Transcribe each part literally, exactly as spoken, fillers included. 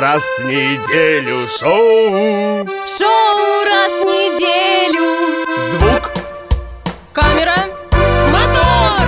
раз в неделю шоу. Шоу раз в неделю. Звук. Камера. Мотор.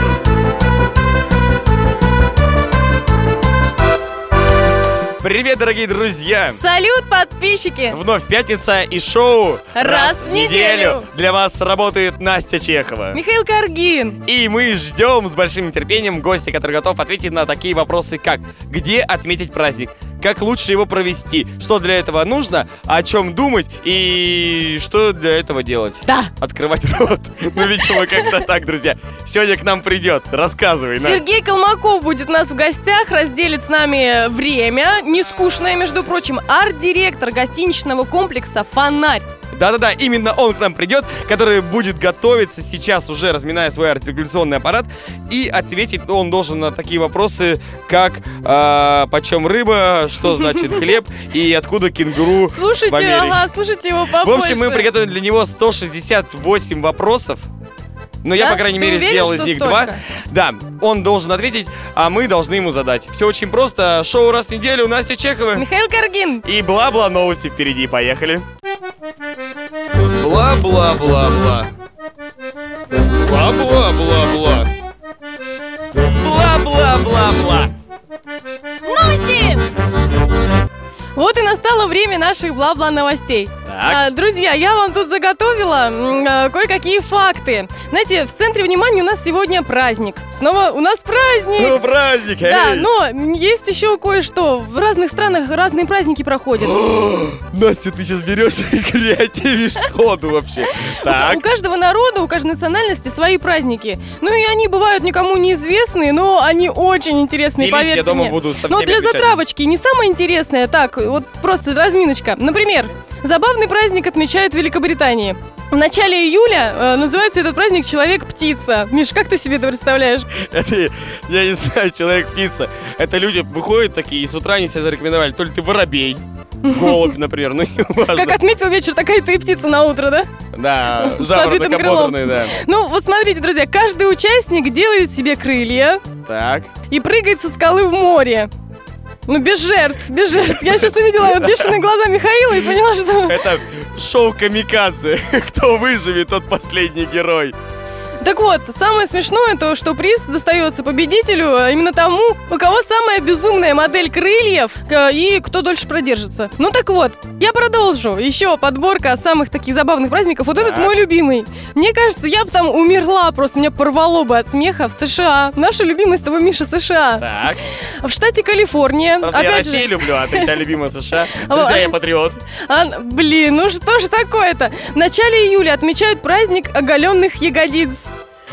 Привет, дорогие друзья! Салют, подписчики! Вновь пятница и шоу Раз в неделю. Для вас работает Настя Чехова. Михаил Каргин. И мы ждем с большим нетерпением гостя, который готов ответить на такие вопросы, как: где отметить праздник? Как лучше его провести? Что для этого нужно? О чем думать? И что для этого делать? Да. Открывать рот. Ну, видимо, как-то так, друзья. Сегодня к нам придет. Рассказывай, Настя. Сергей Колмаков будет у нас в гостях, разделит с нами время. Не скучное, между прочим. Арт-директор гостиничного комплекса «Фонарь». Да-да-да, именно он к нам придет, который будет готовиться сейчас, уже разминая свой артикуляционный аппарат, и ответить он должен на такие вопросы, как э, почем рыба, что значит хлеб и откуда кенгуру Слушайте, в Америке. ага, слушайте его побольше. В общем, мы приготовили для него сто шестьдесят восемь вопросов. Но я, Да? по крайней Ты мере, уверен, сделал из что них столько? два. Да, он должен ответить, а мы должны ему задать. Все очень просто. Шоу раз в неделю. Настя Чехова. Михаил Каргин. И бла-бла новости впереди. Поехали. Бла-бла-бла-бла. Бла-бла-бла-бла. Бла-бла-бла-бла. Новости! Вот и настало время наших бла-бла новостей. А, друзья, я вам тут заготовила м, а, кое-какие факты. Знаете, в центре внимания у нас сегодня праздник. Снова у нас праздник! Ну, праздник, Да, эй! но есть еще кое-что. В разных странах разные праздники проходят. Настя, ты сейчас берешь и креативишь сходу вообще. У Так. каждого народа, у каждой национальности свои праздники. Ну и они бывают никому неизвестные, но они очень интересные, Делись, поверьте я дома мне. буду со Но всеми для отвечать. затравочки не самое интересное, так, вот просто разминочка. Например, забавный праздник отмечают в Великобритании. В начале июля э, называется этот праздник «Человек-птица». Миш, как ты себе это представляешь? Это, я не знаю, человек-птица. Это люди выходят такие и с утра они себя зарекомендовали. То ли ты воробей, голубь, например, ну не важно. Как отметил вечер, такая ты и птица на утро, да? Да, С завороток побитым крылом. ободранный, да. Ну, вот смотрите, друзья, каждый участник делает себе крылья Так. и прыгает со скалы в море. Ну, без жертв, без жертв. Я сейчас увидела бешеные глаза Михаила и поняла, что... Это шоу камикадзе. Кто выживет, тот последний герой. Так вот, самое смешное то, что приз достается победителю, а именно тому, у кого самая безумная модель крыльев к- и кто дольше продержится. Ну так вот, я продолжу. Еще подборка самых таких забавных праздников. Вот этот Так. мой любимый. Мне кажется, я бы там умерла, просто меня порвало бы от смеха в США. Наша любимая с тобой, Миша, США. Так. В штате Калифорния. Правда, я Опять же, Россию люблю, а ты тебя любимая США. А, Друзья, я патриот. А, блин, ну что же такое-то? В начале июля отмечают праздник оголенных ягодиц.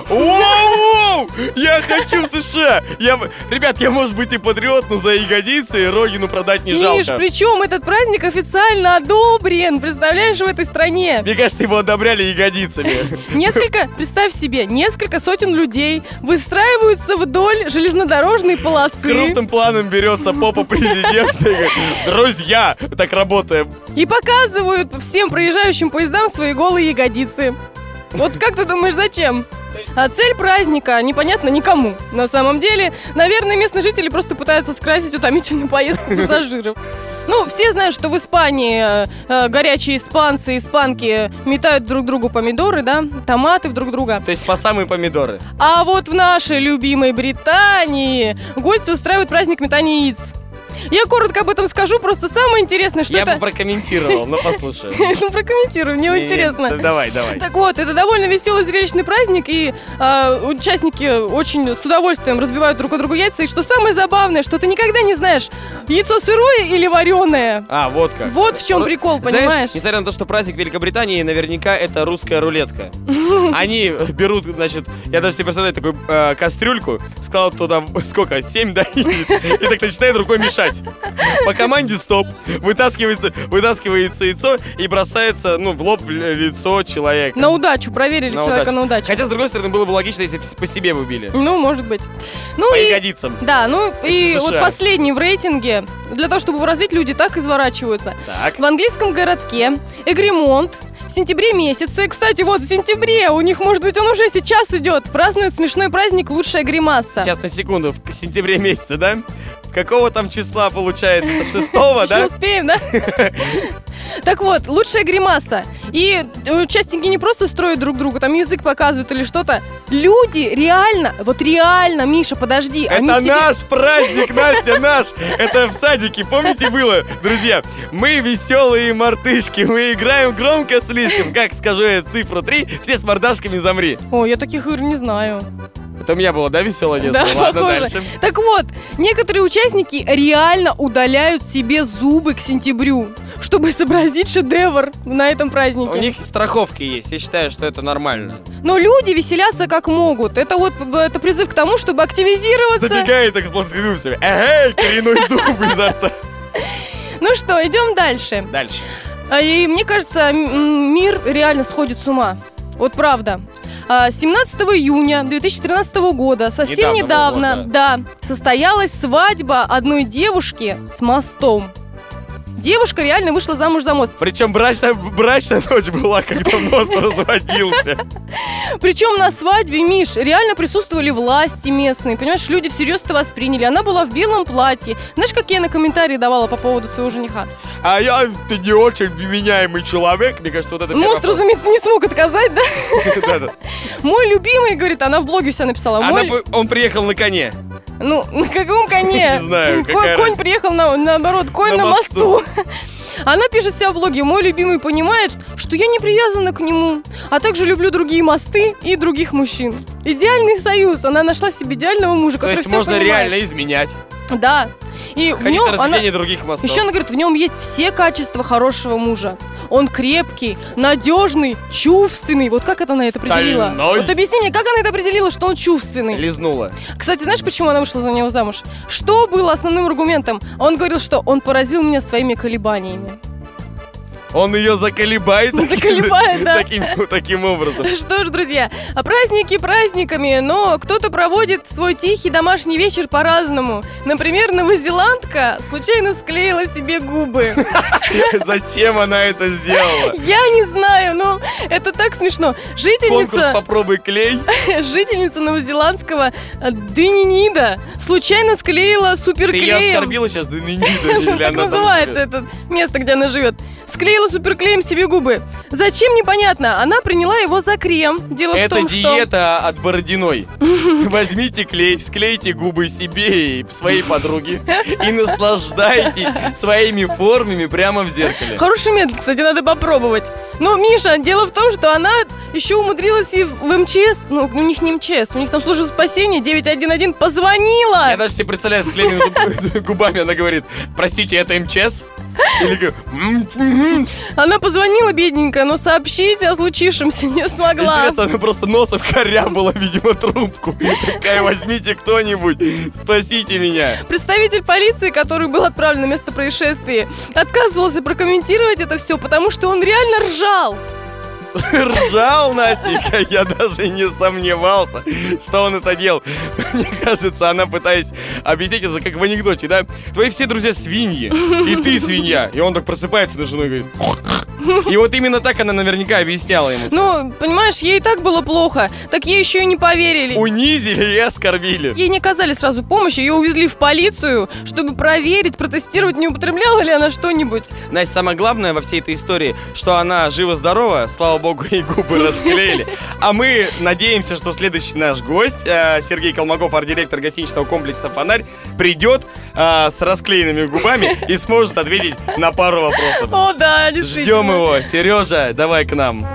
Воу! Я хочу в США! Я, ребят, я, может быть, и патриот, но за ягодицы родину продать не Миш, жалко. причем этот праздник официально одобрен, представляешь, в этой стране. Мне кажется, его одобряли ягодицами. Несколько, представь себе, несколько сотен людей выстраиваются вдоль железнодорожной полосы Крупным планом берется попа президента и говорит: друзья, так работаем. и показывают всем проезжающим поездам свои голые ягодицы. Вот как ты думаешь, зачем? А цель праздника непонятна никому. На самом деле, наверное, местные жители просто пытаются скрасить утомительную поездку пассажиров. Ну, все знают, что в Испании э, э, горячие испанцы и испанки метают друг другу помидоры, да, томаты в друг друга. То есть по самые помидоры. А вот в нашей любимой Британии гости устраивают праздник метания яиц. Я коротко об этом скажу, просто самое интересное, что Я это... бы прокомментировал, но послушай. Ну, прокомментирую, мне Не-не, интересно. да Давай, давай. Так вот, это довольно веселый зрелищный праздник, и э, участники очень с удовольствием разбивают друг у друга яйца. И что самое забавное, что ты никогда не знаешь, яйцо сырое или вареное. А, вот как. Вот в чем Ну, прикол, знаешь, понимаешь? несмотря на то, что праздник Великобритании, наверняка это русская рулетка. Они берут, значит, я даже себе представляю такую э, кастрюльку, складывают туда, сколько, семь, да, яиц, и так начинает рукой мешать. По команде стоп, вытаскивается, вытаскивается яйцо и бросается, ну, в лоб в лицо человека. На удачу, проверили На человека удачу. на удачу. Хотя, с другой стороны, было бы логично, если в- по себе вы били. Ну, может быть. Ну По и... ягодицам. Да, ну и в вот США. последний в рейтинге. Для того, чтобы его развить, люди так изворачиваются. Так. В английском городке Эгремонт в сентябре месяце, кстати, вот в сентябре, у них, может быть, он уже сейчас идет, празднуют смешной праздник «Лучшая гримаса». Сейчас, на секунду, в сентябре месяце, да? Какого там числа получается? Это шестого, Еще да? успеем, да? Так вот, лучшая гримаса. И участники не просто строят друг другу, там язык показывают или что-то. Люди реально, вот реально, Миша, подожди. они Это себе- наш праздник, Настя, наш. Это в садике, помните, было? Друзья, мы веселые мартышки, мы играем громко слишком. Как скажу я цифру три, все с мордашками замри. О, я таких игр не знаю. Это у меня было, да, веселое детство? Да, Ладно, похоже. дальше. Так вот, некоторые участники реально удаляют себе зубы к сентябрю, чтобы изобразить шедевр на этом празднике. У них страховки есть, я считаю, что это нормально. Но люди веселятся как могут. Это вот это призыв к тому, чтобы активизироваться. Забегает так с себе. Эй, коренной зуб изо рта. Ну что, идем дальше. Дальше. А, И мне кажется, м, мир реально сходит с ума. Вот правда. А, семнадцатого июня две тысячи тринадцатого года, совсем Недавно недавно, был год, да, состоялась свадьба одной девушки с мостом. Девушка реально вышла замуж за мост. Причем брачная, брачная ночь была, когда мост разводился. Причем на свадьбе, Миш, реально присутствовали власти местные. Понимаешь, люди всерьез это восприняли. Она была в белом платье. Знаешь, какие она комментарии давала по поводу своего жениха? А я, ты не очень вменяемый человек. Мне кажется, вот это первая Мост, фраза. разумеется, не смог отказать, да? Да-да. Мой любимый, говорит, она в блоге вся написала. Она Мой... бы- Он приехал на коне. Ну, на каком коне? Не знаю, Ко- какая Конь разница. приехал, на, наоборот, конь На на, мосту. мосту. Она пишет себя в блоге: мой любимый понимает, что я не привязана к нему, а также люблю другие мосты и других мужчин. Идеальный союз. Она нашла себе идеального мужа, То который есть все можно понимает. реально изменять. Да. И в Ходить нем на она... разведение других мостов. Еще она говорит, в нем есть все качества хорошего мужа. Он крепкий, надежный, чувственный. Вот как это она это определила? Стальной. Вот объясни мне, как она это определила, что он чувственный? Лизнула. Кстати, знаешь, почему она вышла за него замуж? Что было основным аргументом? Он говорил, что он поразил меня своими колебаниями. Он ее заколебает. Заколебает, да. Таким, таким образом. Что ж, друзья, а праздники праздниками, но кто-то проводит свой тихий домашний вечер по-разному. Например, новозеландка случайно склеила себе губы. Зачем она это сделала? Я не знаю, но это так смешно. Конкурс Жительница, «Попробуй клей». жительница новозеландского э, Денинида случайно склеила Ты ее суперклеем. оскорбила сейчас, да не видно, или Так она там называется живет? это место, где она живет. Склеила суперклеем себе губы. Зачем, непонятно. Она приняла его за крем. Дело Это в том, что... диета от Бородиной. Возьмите клей, склейте губы себе и своей подруге и наслаждайтесь своими формами прямо в зеркале. Хороший метод, кстати, надо попробовать. Но, Миша, дело в том, что она еще умудрилась и в в МЧС, ну, у них не МЧС, у них там служба спасения девять один один позвонила. Я даже себе представляю, с клеенными губами она говорит: простите, это МЧС? Или говорит, «М, м». Она позвонила, бедненькая, но сообщить о случившемся не смогла. Интересно, она просто носом корябала, видимо, трубку. Такая: возьмите кто-нибудь, спасите меня. Представитель полиции, который был отправлен на место происшествия, отказывался прокомментировать это все, потому что он реально ржал. Ржал, Настенька, я даже не сомневался, что он это делал. Мне кажется, она пытаясь объяснить это как в анекдоте, да? Твои все друзья свиньи, и ты свинья. И он так просыпается на жену и говорит... И вот именно так она наверняка объясняла ему. Ну, понимаешь, ей и так было плохо, так ей еще и не поверили. Унизили и оскорбили. Ей не оказали сразу помощи, ее увезли в полицию, чтобы проверить, протестировать, не употребляла ли она что-нибудь. Настя, самое главное во всей этой истории, что она жива-здорова, слава богу, ей губы расклеили. А мы надеемся, что следующий наш гость, э, Сергей Колмаков, арт-директор гостиничного комплекса «Фонарь», придет э, с расклеенными губами и сможет ответить на пару вопросов. О, да, действительно. Ждем его. Сережа, давай к нам.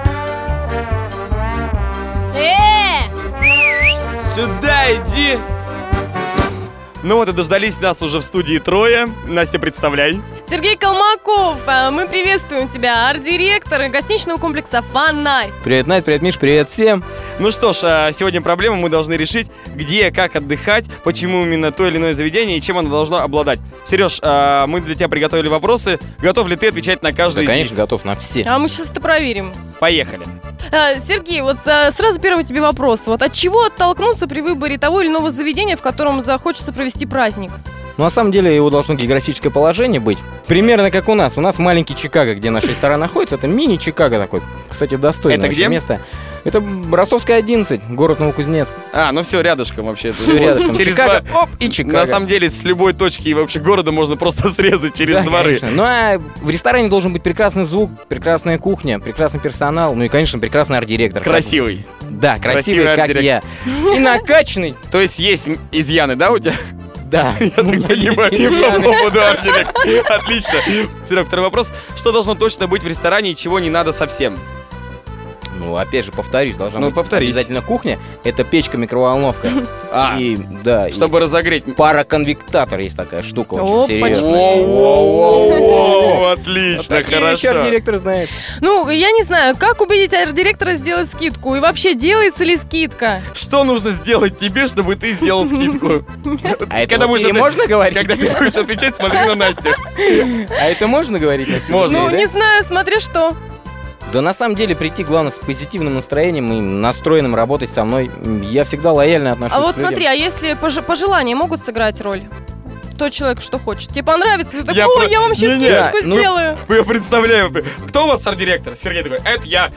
Э! Сюда иди. Ну вот и дождались нас уже в студии трое. Настя, представляй. Сергей Колмаков, а, мы приветствуем тебя, арт-директор гостиничного комплекса «Фонарь». Привет, Настя, привет, Миш, привет всем. Ну что ж, а, сегодня проблему мы должны решить, где, как отдыхать, почему именно то или иное заведение и чем оно должно обладать. Сереж, а, мы для тебя приготовили вопросы. Готов ли ты отвечать на каждый Да, из конечно, них? готов на все. А мы сейчас это проверим. Поехали. А, Сергей, вот а, сразу первый тебе вопрос. Вот от чего оттолкнуться при выборе того или иного заведения, в котором захочется провести праздник? Ну, на самом деле, его должно географическое положение быть. Примерно как у нас. У нас маленький Чикаго, где наш ресторан находится. Это мини-Чикаго такой. Кстати, достойное Это вообще где? место. Это Ростовская одиннадцать, город Новокузнецк. А, ну все, рядышком вообще. Все рядышком. Через Чикаго, два- оп, и Чикаго. На самом деле, с любой точки вообще города можно просто срезать через Да, дворы. конечно. Ну а в ресторане должен быть прекрасный звук, прекрасная кухня, прекрасный персонал, ну и, конечно, прекрасный арт-директор. Красивый. Как- Да, красивый, Красивый как я. И накачанный. То есть есть м- изъяны, да, у тебя? Да. Я так понимаю, по поводу арт-директора. Отлично. Серег, второй вопрос. Что должно точно быть в ресторане и чего не надо совсем? Ну, опять же, повторюсь, должна Ну, быть повторись. обязательно кухня. Это печка-микроволновка. А, И, да, и чтобы разогреть. пароконвектатор есть такая штука, очень Опачки. серьезная. Воу-воу-воу, отлично, Такие вещи хорошо. арт-директор знает. Ну, я не знаю, как убедить арт-директора сделать скидку? И вообще, делается ли скидка? Что нужно сделать тебе, чтобы ты сделал скидку? А это Когда вот будешь и отве- можно говорить? Когда ты будешь отвечать, смотри на Настю. А это можно говорить? Настя? Можно. Ну, Да? не знаю, смотри что. Да на самом деле прийти, главное, с позитивным настроением и настроенным работать со мной. Я всегда лояльно отношусь А вот к людям. смотри, а если пож- пожелания могут сыграть роль? Тот человек, что хочет. Тебе понравится? Ты такой, Я ой, про- я вам сейчас Не-не, скидочку ну- сделаю. Я представляю. Кто у вас арт-директор? Сергей такой, это я.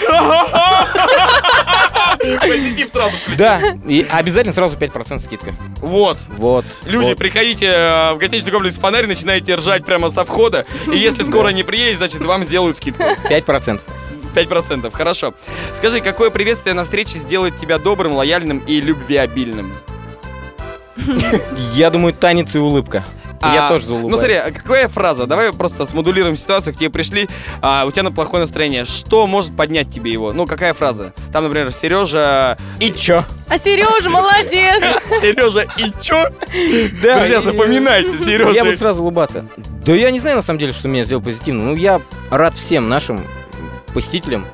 Позитив сразу включил. Да, и обязательно сразу пять процентов скидка. Вот. Вот. Люди, вот. приходите э, в гостиничный комплекс «Фонарь», начинаете ржать прямо со входа, и если скоро не приедете, значит, вам сделают скидку. пять процентов. пять процентов, хорошо. Скажи, какое приветствие на встрече сделает тебя добрым, лояльным и любвеобильным? Я думаю, танец и улыбка. Я А, тоже заулыбаюсь. Ну смотри, а какая фраза? Давай просто смодулируем ситуацию, к тебе пришли, а, у тебя на плохое настроение. Что может поднять тебе его? Ну, какая фраза? Там, например, Сережа... И чё? А Сережа, молодец. Сережа и чё? Да, Друзья, и- запоминайте, Я буду Сережа. сразу улыбаться. Да я не знаю, на самом деле, что меня сделал позитивным. Ну, я рад всем нашим посетителям.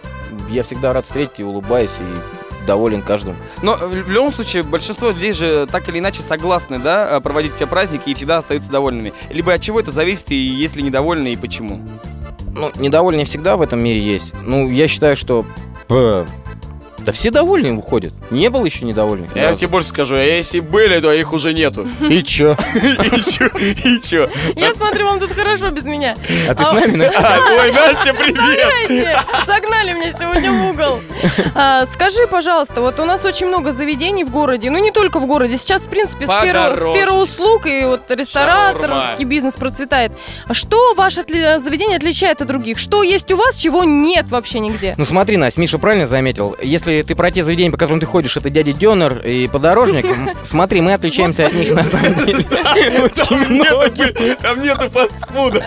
Я всегда рад встретить и улыбаюсь, и доволен каждым. Но в любом случае, большинство людей же так или иначе согласны, да, проводить у тебя праздники и всегда остаются довольными. Либо от чего это зависит, и если недовольны, и почему? Ну, недовольные всегда в этом мире есть. Ну, я считаю, что... э, Да все довольны уходят. Не было еще недовольных. ни Я разу. тебе больше скажу, а если были, то их уже нету. И чё? И чё? И чё? Я смотрю, вам тут хорошо без меня. А ты с А- нами, Настя? А, ой, Настя, привет! Знаете, загнали меня сегодня в угол. А, скажи, пожалуйста, вот у нас очень много заведений в городе, ну не только в городе, сейчас, в принципе, сфера, Подорожник. сфера услуг и вот рестораторский Шаурма. бизнес процветает. А что ваше отли- заведение отличает от других? Что есть у вас, чего нет вообще нигде? Ну смотри, Настя, Миша правильно заметил. Если ты про те заведения, по которым ты ходишь, это дядя Дёнер и подорожник, м, смотри, мы отличаемся от них на самом деле. Очень Там много. нету, там нету фастфуда.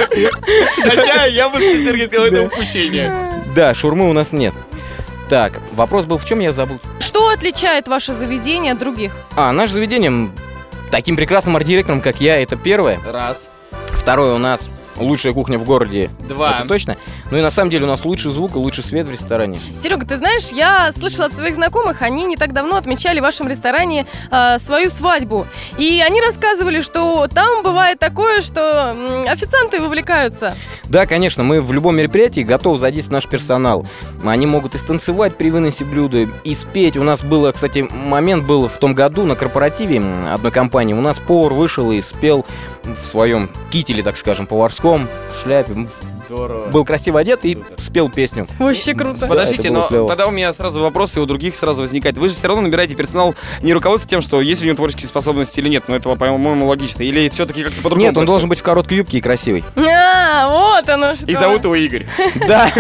Хотя я бы, Сергей, сказал, это упущение. Да, шурмы у нас нет. Так, вопрос был в чем, я забыл. Что отличает ваше заведение от других? А, наше заведение м, таким прекрасным арт-директором, как я, это первое. Раз, Второе, у нас лучшая кухня в городе. два. Это точно. Ну и на самом деле у нас лучший звук и лучший свет в ресторане. Серега, ты знаешь, я слышала от своих знакомых, они не так давно отмечали в вашем ресторане а, свою свадьбу. И они рассказывали, что там бывает такое, что м, официанты вовлекаются. Да, конечно, мы в любом мероприятии готовы задействовать наш персонал. Они могут и станцевать при выносе блюда, и спеть. У нас было, кстати, момент был в том году на корпоративе м, одной компании. У нас повар вышел и спел в своем кителе, так скажем, поварском, в шляпе. М, Здорово. Был красиво одет и Супер. спел песню. Вообще круто. Подождите, это было но клево. тогда у меня сразу вопрос, и у других сразу возникает. Вы же все равно набираете персонал не руководствуясь тем, что есть у него творческие способности или нет, но это, по-моему, логично. Или все-таки как-то по-другому? Нет, он происходит? должен быть в короткой юбке и красивый. А, вот оно что. И зовут его Игорь. Да.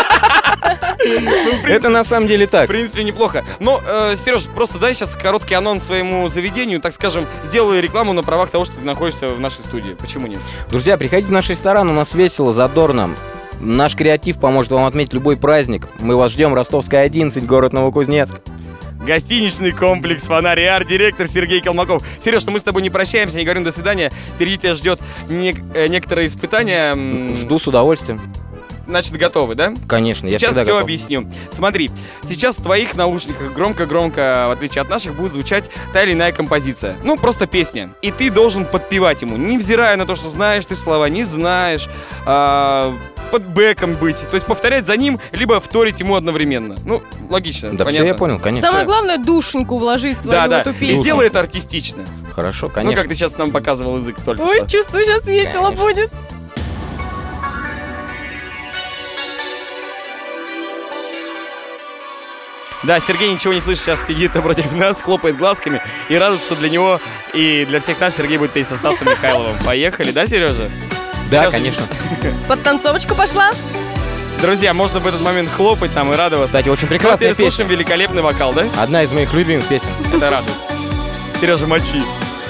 Это на самом деле В так. принципе, неплохо. Но, э, Сереж, просто дай сейчас короткий анонс своему заведению, так скажем, сделай рекламу на правах того, что ты находишься в нашей студии. Почему нет? Друзья, приходите в наш ресторан, у нас весело, задорно. Наш креатив поможет вам отметить любой праздник. Мы вас ждем, Ростовская одиннадцать, город Новокузнецк. Гостиничный комплекс «Фонарь» и арт-директор Сергей Колмаков. Сереж, ну мы с тобой не прощаемся, не говорим до свидания. Впереди тебя ждет нек- э, некоторые испытания. М, Жду с удовольствием. Значит, готовы, да? Конечно, я Сейчас всегда все готов. объясню. Смотри, сейчас в твоих наушниках громко-громко, в отличие от наших, будет звучать та или иная композиция. Ну, просто песня. И ты должен подпевать ему, невзирая на то, что знаешь ты слова, не знаешь, а, под бэком быть. То есть повторять за ним, либо вторить ему одновременно. Ну, логично, Да, понятно. все я понял, конечно. Самое главное, душеньку вложить в свою Да, да. эту И песню. сделай это артистично. Хорошо, Ну, конечно. как ты сейчас нам показывал язык только Ой, что. чувствую, сейчас весело Конечно. будет. Да, Сергей ничего не слышит, сейчас сидит напротив нас, хлопает глазками и радуется, что для него и для всех нас Сергей будет петь со Стасом Михайловым. Поехали, да, Сережа? Да, Сережа? конечно. Подтанцовочка пошла. Друзья, можно в этот момент хлопать там и радоваться. Кстати, очень Мы прекрасная теперь слушаем песня. великолепный вокал, да? Одна из моих любимых песен. Это радует. Сережа, мочи.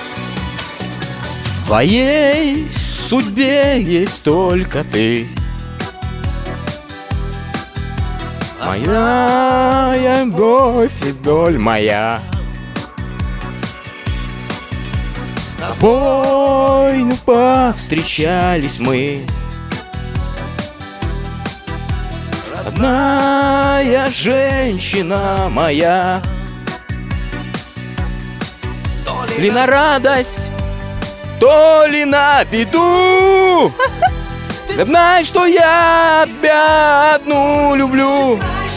В твоей судьбе есть только ты. Моя любовь и боль моя. С тобой повстречались мы. Родная женщина моя. То ли на радость, то ли на беду. Ты знаешь, что я тебя одну люблю.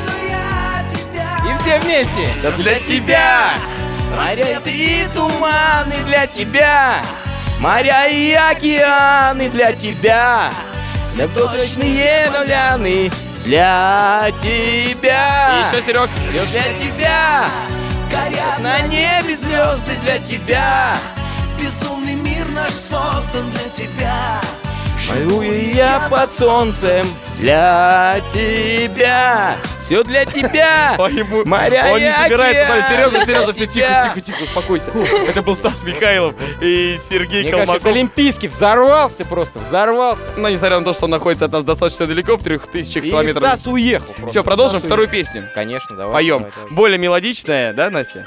И все вместе. Это для тебя. Моря и туманы для тебя. Моря и океаны для тебя. Цветочные ноляны для тебя. И еще, Серег. Все для тебя. Горят на небе звезды для тебя. Безумный мир наш создан для тебя. Малюю я под солнцем для тебя. Все для тебя. Он, ему, Моря он и не собирается. океаны Смотри, Сережа, Сережа, для все тихо, тебя. тихо, тихо, успокойся. Это был Стас Михайлов и Сергей Мне Колмаков. кажется, Олимпийский взорвался просто, взорвался. Но несмотря на то, что он находится от нас достаточно далеко, в трех тысячах И километров. Стас уехал просто. Все, продолжим Стас вторую уехал. песню. Конечно, давай. Поем. давай, давай. Более мелодичная, да, Настя?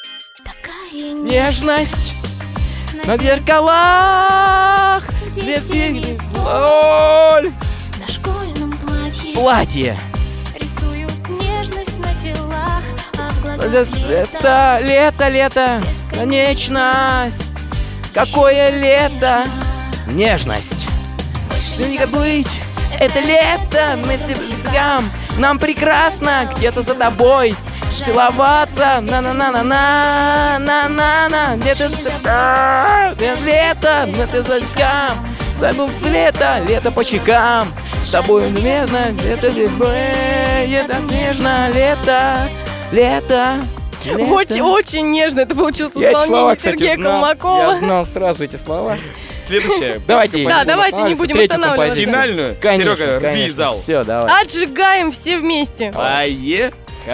Нежность на зеркалах, где Дети боль. на школьном платье Платье. рисуют нежность на телах, а в глазах лето. Это лето, лето, конечность. Какое лето? Нежность. Не быть, это лето, мы степкам. Нам прекрасно где-то за тобой целоваться. На-на-на-на-на, на-на-на. Лето, лето, мы степкам. Забудь лето, лето по щекам. С тобой нежно, лето, лето, нежно, лето, лето. Очень, очень нежно это получилось Я эти слова, исполнение кстати, Сергея знал. Колмакова. Я знал сразу эти слова. Следующая. Давайте. Да, давайте не будем останавливаться. Финальную. Конечно, Серега, рви конечно. зал. Все, давай. Отжигаем все вместе. Поехали.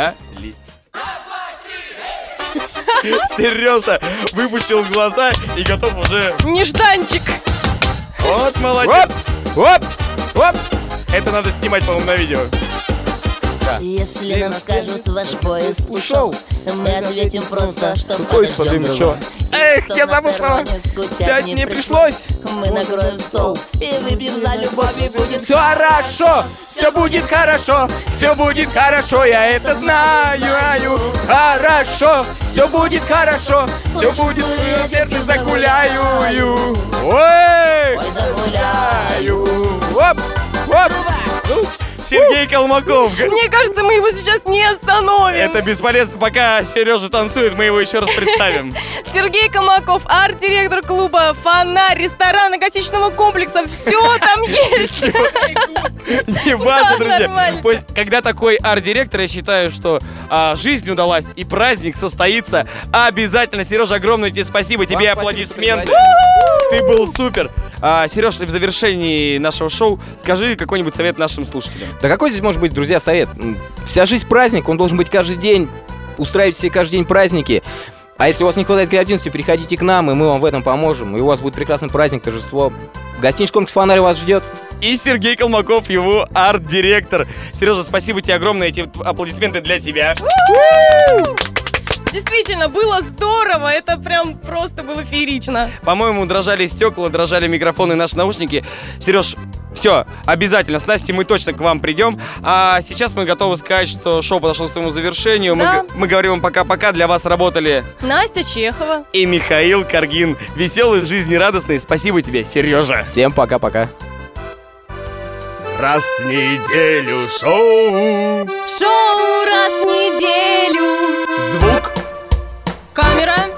Сережа выпучил глаза и готов уже. Нежданчик. Вот молодец. Оп, оп, оп. Это надо снимать, по-моему, на видео. Если нам скажут, ваш поезд Ушел. ушел, мы ответим просто, что Поезд подождем подымем, его. Эх, Что я на забыл слова. перроне скучать Пять не не пришлось. пришлось. Мы накроем стол и выпьем за любовь, и будет Все хорошо, все будет хорошо, все будет хорошо, я это знаю. Хорошо, все будет хорошо, все будет, я сердце загуляю. Ой, Ой, загуляю. оп, оп. Ну, Сергей Колмаков. Мне кажется, мы его сейчас не остановим. Это бесполезно, пока Сережа танцует, мы его еще раз представим. Сергей Колмаков, арт-директор клуба «Фонарь», ресторана, гостиничного комплекса. Все там есть. Не важно, Да, друзья. нормально. Вот когда такой арт-директор, я считаю, что а, жизнь удалась и праздник состоится обязательно. Сережа, огромное тебе спасибо, тебе Вам аплодисменты. спасибо, Ты был супер. А, Сереж, в завершении нашего шоу скажи какой-нибудь совет нашим слушателям. Да какой здесь может быть, друзья, совет? М, Вся жизнь праздник, он должен быть каждый день. Устраивать себе каждый день праздники. А если у вас не хватает креативности, приходите к нам, и мы вам в этом поможем. И у вас будет прекрасный праздник, торжество. Гостиничный комплекс «Фонарь» вас ждет. И Сергей Колмаков, его арт-директор. Сережа, спасибо тебе огромное, эти аплодисменты для тебя. Действительно, было здорово. Это прям просто было феерично. По-моему, дрожали стекла, дрожали микрофоны и наши наушники. Сереж, все, обязательно, с Настей мы точно к вам придем. А сейчас мы готовы сказать, что шоу подошло к своему завершению. Мы, Да. г- мы говорим вам пока-пока. Для вас работали Настя Чехова. и Михаил Каргин. Веселый, жизнерадостный. Спасибо тебе, Сережа. Всем пока-пока. Раз в неделю шоу. Шоу раз в неделю. Звук. Камера.